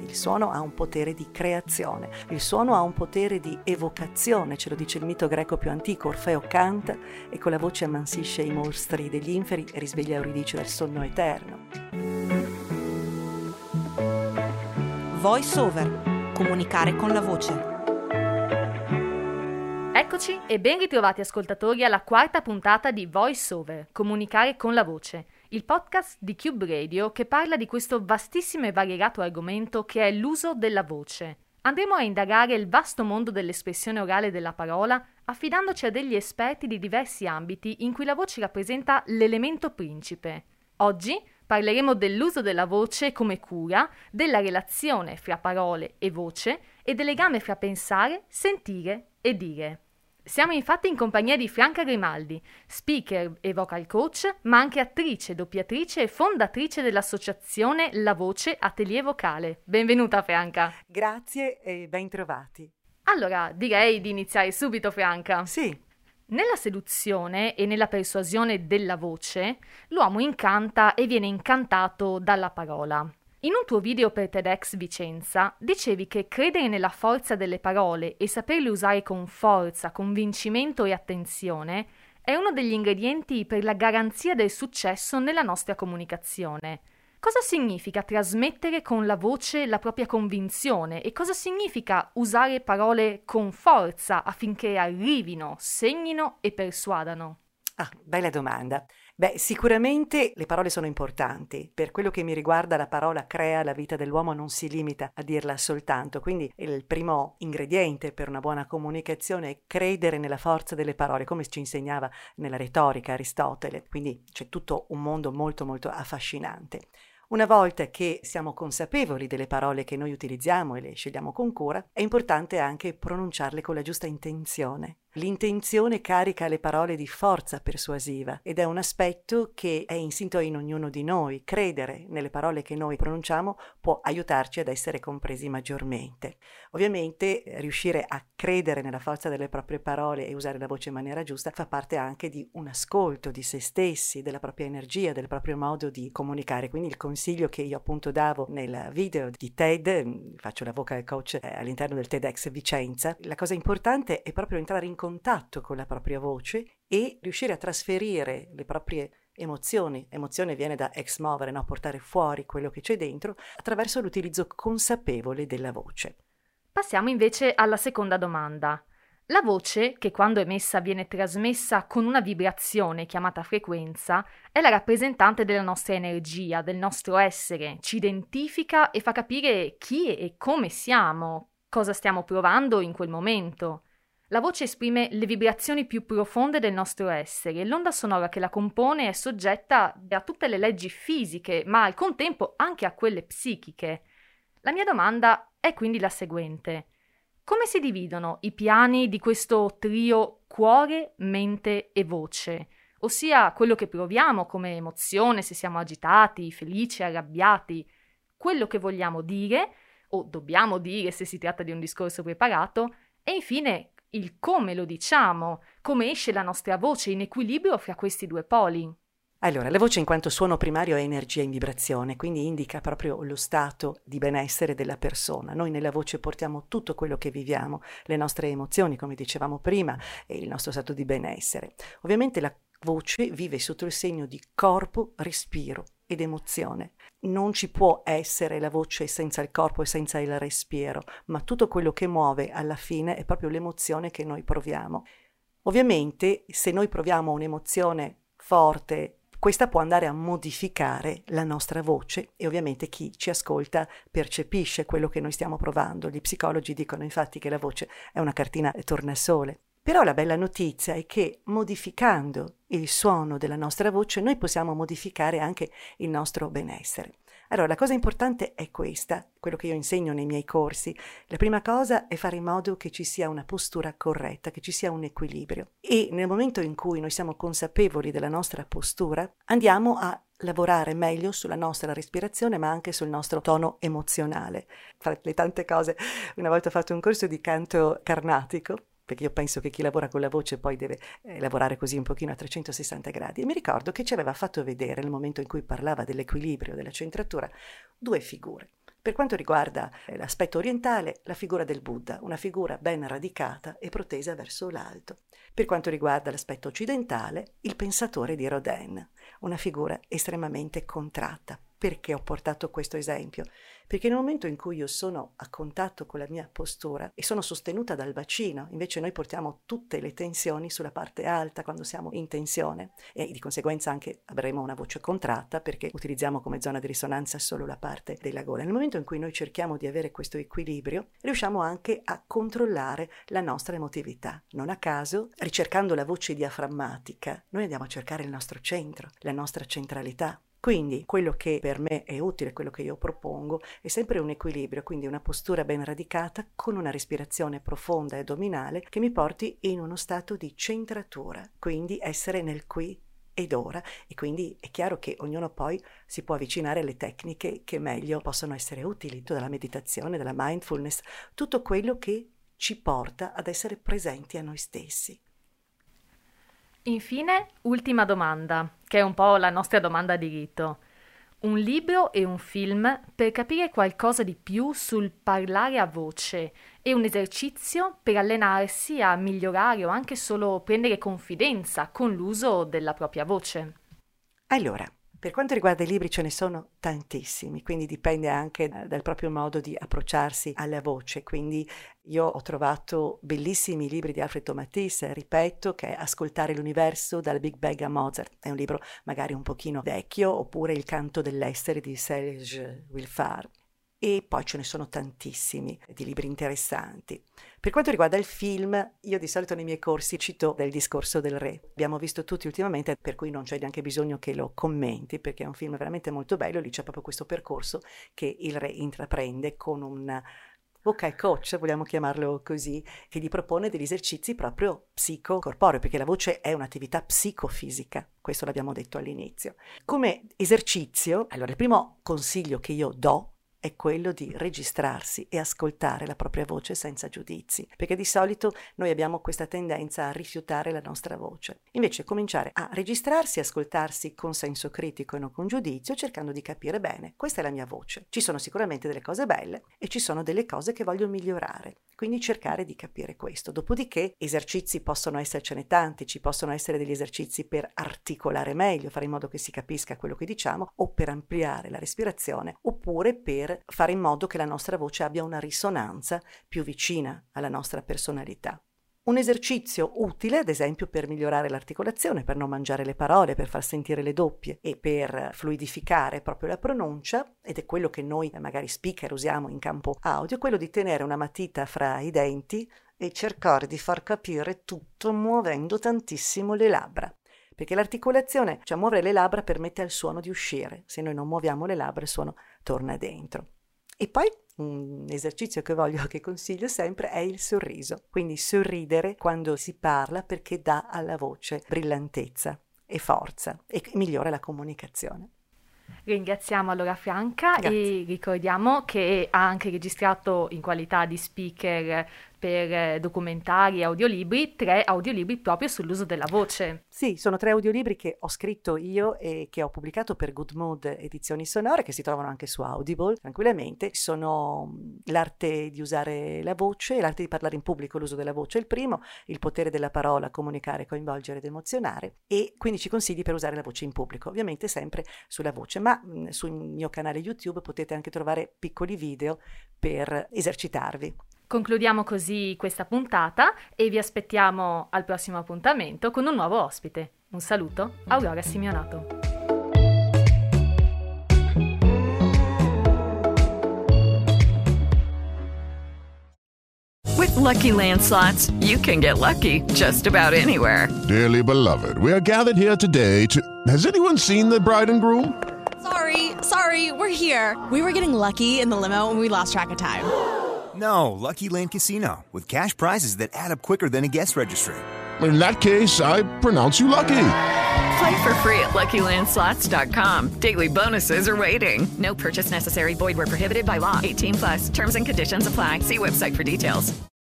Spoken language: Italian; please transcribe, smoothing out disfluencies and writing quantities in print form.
Il suono ha un potere di creazione, il suono ha un potere di evocazione, ce lo dice il mito greco più antico. Orfeo canta e con la voce ammansisce i mostri degli inferi e risveglia Euridice dal sonno eterno. Voice over. Comunicare con la voce. Eccoci e ben ritrovati ascoltatori alla quarta puntata di Voice Over, Comunicare con la voce, il podcast di Cube Radio che parla di questo vastissimo e variegato argomento che è l'uso della voce. Andremo a indagare il vasto mondo dell'espressione orale della parola affidandoci a degli esperti di diversi ambiti in cui la voce rappresenta l'elemento principe. Oggi parleremo dell'uso della voce come cura, della relazione fra parole e voce e del legame fra pensare, sentire e dire. Siamo infatti in compagnia di Franca Grimaldi, speaker e vocal coach, ma anche attrice, doppiatrice e fondatrice dell'associazione La Voce Atelier Vocale. Benvenuta Franca. Grazie e ben trovati. Allora, direi di iniziare subito Franca. Sì. Nella seduzione e nella persuasione della voce, l'uomo incanta e viene incantato dalla parola. In un tuo video per TEDx Vicenza dicevi che credere nella forza delle parole e saperle usare con forza, convincimento e attenzione è uno degli ingredienti per la garanzia del successo nella nostra comunicazione. Cosa significa trasmettere con la voce la propria convinzione e cosa significa usare parole con forza affinché arrivino, segnino e persuadano? Bella domanda. Sicuramente le parole sono importanti. Per quello che mi riguarda, la parola crea, la vita dell'uomo non si limita a dirla soltanto. Quindi il primo ingrediente per una buona comunicazione è credere nella forza delle parole, come ci insegnava nella retorica Aristotele. Quindi c'è tutto un mondo molto molto affascinante. Una volta che siamo consapevoli delle parole che noi utilizziamo e le scegliamo con cura, è importante anche pronunciarle con la giusta intenzione. L'intenzione carica le parole di forza persuasiva ed è un aspetto che è insito in ognuno di noi. Credere nelle parole che noi pronunciamo può aiutarci ad essere compresi maggiormente. Ovviamente riuscire a credere nella forza delle proprie parole e usare la voce in maniera giusta fa parte anche di un ascolto di se stessi, della propria energia, del proprio modo di comunicare. Quindi il consiglio che io appunto davo nel video di TED, faccio la vocal coach all'interno del TEDx Vicenza, la cosa importante è proprio entrare in contatto con la propria voce e riuscire a trasferire le proprie emozioni. Emozione viene da ex movere, no? Portare fuori quello che c'è dentro attraverso l'utilizzo consapevole della voce. Passiamo invece alla seconda domanda. La voce, che quando emessa viene trasmessa con una vibrazione chiamata frequenza, è la rappresentante della nostra energia, del nostro essere, ci identifica e fa capire chi e come siamo, cosa stiamo provando in quel momento. La voce esprime le vibrazioni più profonde del nostro essere e l'onda sonora che la compone è soggetta a tutte le leggi fisiche, ma al contempo anche a quelle psichiche. La mia domanda è quindi la seguente. Come si dividono i piani di questo trio cuore, mente e voce? Ossia quello che proviamo come emozione se siamo agitati, felici, arrabbiati, quello che vogliamo dire o dobbiamo dire se si tratta di un discorso preparato e infine il come lo diciamo, come esce la nostra voce in equilibrio fra questi due poli. Allora, la voce in quanto suono primario è energia in vibrazione, quindi indica proprio lo stato di benessere della persona. Noi nella voce portiamo tutto quello che viviamo, le nostre emozioni, come dicevamo prima, e il nostro stato di benessere. Ovviamente la voce vive sotto il segno di corpo, respiro ed emozione. Non ci può essere la voce senza il corpo e senza il respiro, ma tutto quello che muove alla fine è proprio l'emozione che noi proviamo. Ovviamente, se noi proviamo un'emozione forte, questa può andare a modificare la nostra voce e ovviamente chi ci ascolta percepisce quello che noi stiamo provando. Gli psicologi dicono infatti che la voce è una cartina tornasole. Però la bella notizia è che modificando il suono della nostra voce noi possiamo modificare anche il nostro benessere. Allora, la cosa importante è questa, quello che io insegno nei miei corsi. La prima cosa è fare in modo che ci sia una postura corretta, che ci sia un equilibrio. E nel momento in cui noi siamo consapevoli della nostra postura, andiamo a lavorare meglio sulla nostra respirazione, ma anche sul nostro tono emozionale. Fra le tante cose, una volta ho fatto un corso di canto carnatico, perché io penso che chi lavora con la voce poi deve lavorare così un pochino a 360 gradi. E mi ricordo che ci aveva fatto vedere, nel momento in cui parlava dell'equilibrio, della centratura, due figure. Per quanto riguarda l'aspetto orientale, la figura del Buddha, una figura ben radicata e protesa verso l'alto. Per quanto riguarda l'aspetto occidentale, il pensatore di Rodin, una figura estremamente contratta. Perché ho portato questo esempio? Perché nel momento in cui io sono a contatto con la mia postura e sono sostenuta dal bacino, invece noi portiamo tutte le tensioni sulla parte alta quando siamo in tensione e di conseguenza anche avremo una voce contratta perché utilizziamo come zona di risonanza solo la parte della gola. Nel momento in cui noi cerchiamo di avere questo equilibrio, riusciamo anche a controllare la nostra emotività. Non a caso, ricercando la voce diaframmatica, noi andiamo a cercare il nostro centro, la nostra centralità. Quindi quello che per me è utile, quello che io propongo, è sempre un equilibrio, quindi una postura ben radicata con una respirazione profonda e addominale che mi porti in uno stato di centratura, quindi essere nel qui ed ora. E quindi è chiaro che ognuno poi si può avvicinare alle tecniche che meglio possono essere utili, dalla meditazione, dalla mindfulness, tutto quello che ci porta ad essere presenti a noi stessi. Infine, ultima domanda, che è un po' la nostra domanda di rito. Un libro e un film per capire qualcosa di più sul parlare a voce e un esercizio per allenarsi a migliorare o anche solo prendere confidenza con l'uso della propria voce. Allora, per quanto riguarda i libri ce ne sono tantissimi, quindi dipende anche dal proprio modo di approcciarsi alla voce. Quindi io ho trovato bellissimi libri di Alfred Thomas Matisse, ripeto, che è Ascoltare l'universo dal Big Bang a Mozart. È un libro magari un pochino vecchio, oppure Il canto dell'essere di Serge Willfar. E poi ce ne sono tantissimi di libri interessanti. Per quanto riguarda il film, io di solito nei miei corsi cito del Discorso del Re. Abbiamo visto tutti ultimamente, per cui non c'è neanche bisogno che lo commenti, perché è un film veramente molto bello. Lì c'è proprio questo percorso che il re intraprende con un vocal coach, vogliamo chiamarlo così, che gli propone degli esercizi proprio psicocorporei, perché la voce è un'attività psicofisica, questo l'abbiamo detto all'inizio. Come esercizio, allora il primo consiglio che io do è quello di registrarsi e ascoltare la propria voce senza giudizi, perché di solito noi abbiamo questa tendenza a rifiutare la nostra voce. Invece cominciare a registrarsi e ascoltarsi con senso critico e non con giudizio, cercando di capire bene, questa è la mia voce. Ci sono sicuramente delle cose belle e ci sono delle cose che voglio migliorare, quindi cercare di capire questo. Dopodiché esercizi possono essercene tanti, ci possono essere degli esercizi per articolare meglio, fare in modo che si capisca quello che diciamo, o per ampliare la respirazione, oppure per fare in modo che la nostra voce abbia una risonanza più vicina alla nostra personalità. Un esercizio utile, ad esempio, per migliorare l'articolazione, per non mangiare le parole, per far sentire le doppie e per fluidificare proprio la pronuncia, ed è quello che noi magari speaker usiamo in campo audio, è quello di tenere una matita fra i denti e cercare di far capire tutto muovendo tantissimo le labbra. Perché l'articolazione, cioè muovere le labbra, permette al suono di uscire. Se noi non muoviamo le labbra, il suono torna dentro. E poi un esercizio che consiglio sempre è il sorriso. Quindi sorridere quando si parla, perché dà alla voce brillantezza e forza e migliora la comunicazione. Ringraziamo allora Franca. Grazie. E ricordiamo che ha anche registrato in qualità di speaker per documentari e audiolibri 3 audiolibri proprio sull'uso della voce. Sì, sono 3 audiolibri che ho scritto io e che ho pubblicato per Good Mood Edizioni Sonore, che si trovano anche su Audible tranquillamente. Sono l'arte di usare la voce, l'arte di parlare in pubblico, l'uso della voce è il primo, il potere della parola, comunicare, coinvolgere ed emozionare, e 15 consigli per usare la voce in pubblico, ovviamente sempre sulla voce, ma sul mio canale YouTube potete anche trovare piccoli video per esercitarvi. Concludiamo così questa puntata e vi aspettiamo al prossimo appuntamento con un nuovo ospite. Un saluto, Aurora Simeonato. With Lucky Land Slots, you can get lucky just about anywhere. Dearly beloved, we are gathered here today to... Has anyone seen the bride and groom? Sorry, we're here. We were getting lucky in the limo and we lost track of time. No, Lucky Land Casino, with cash prizes that add up quicker than a guest registry. In that case, I pronounce you lucky. Play for free at LuckyLandSlots.com. Daily bonuses are waiting. No purchase necessary. Void where prohibited by law. 18+. Terms and conditions apply. See website for details.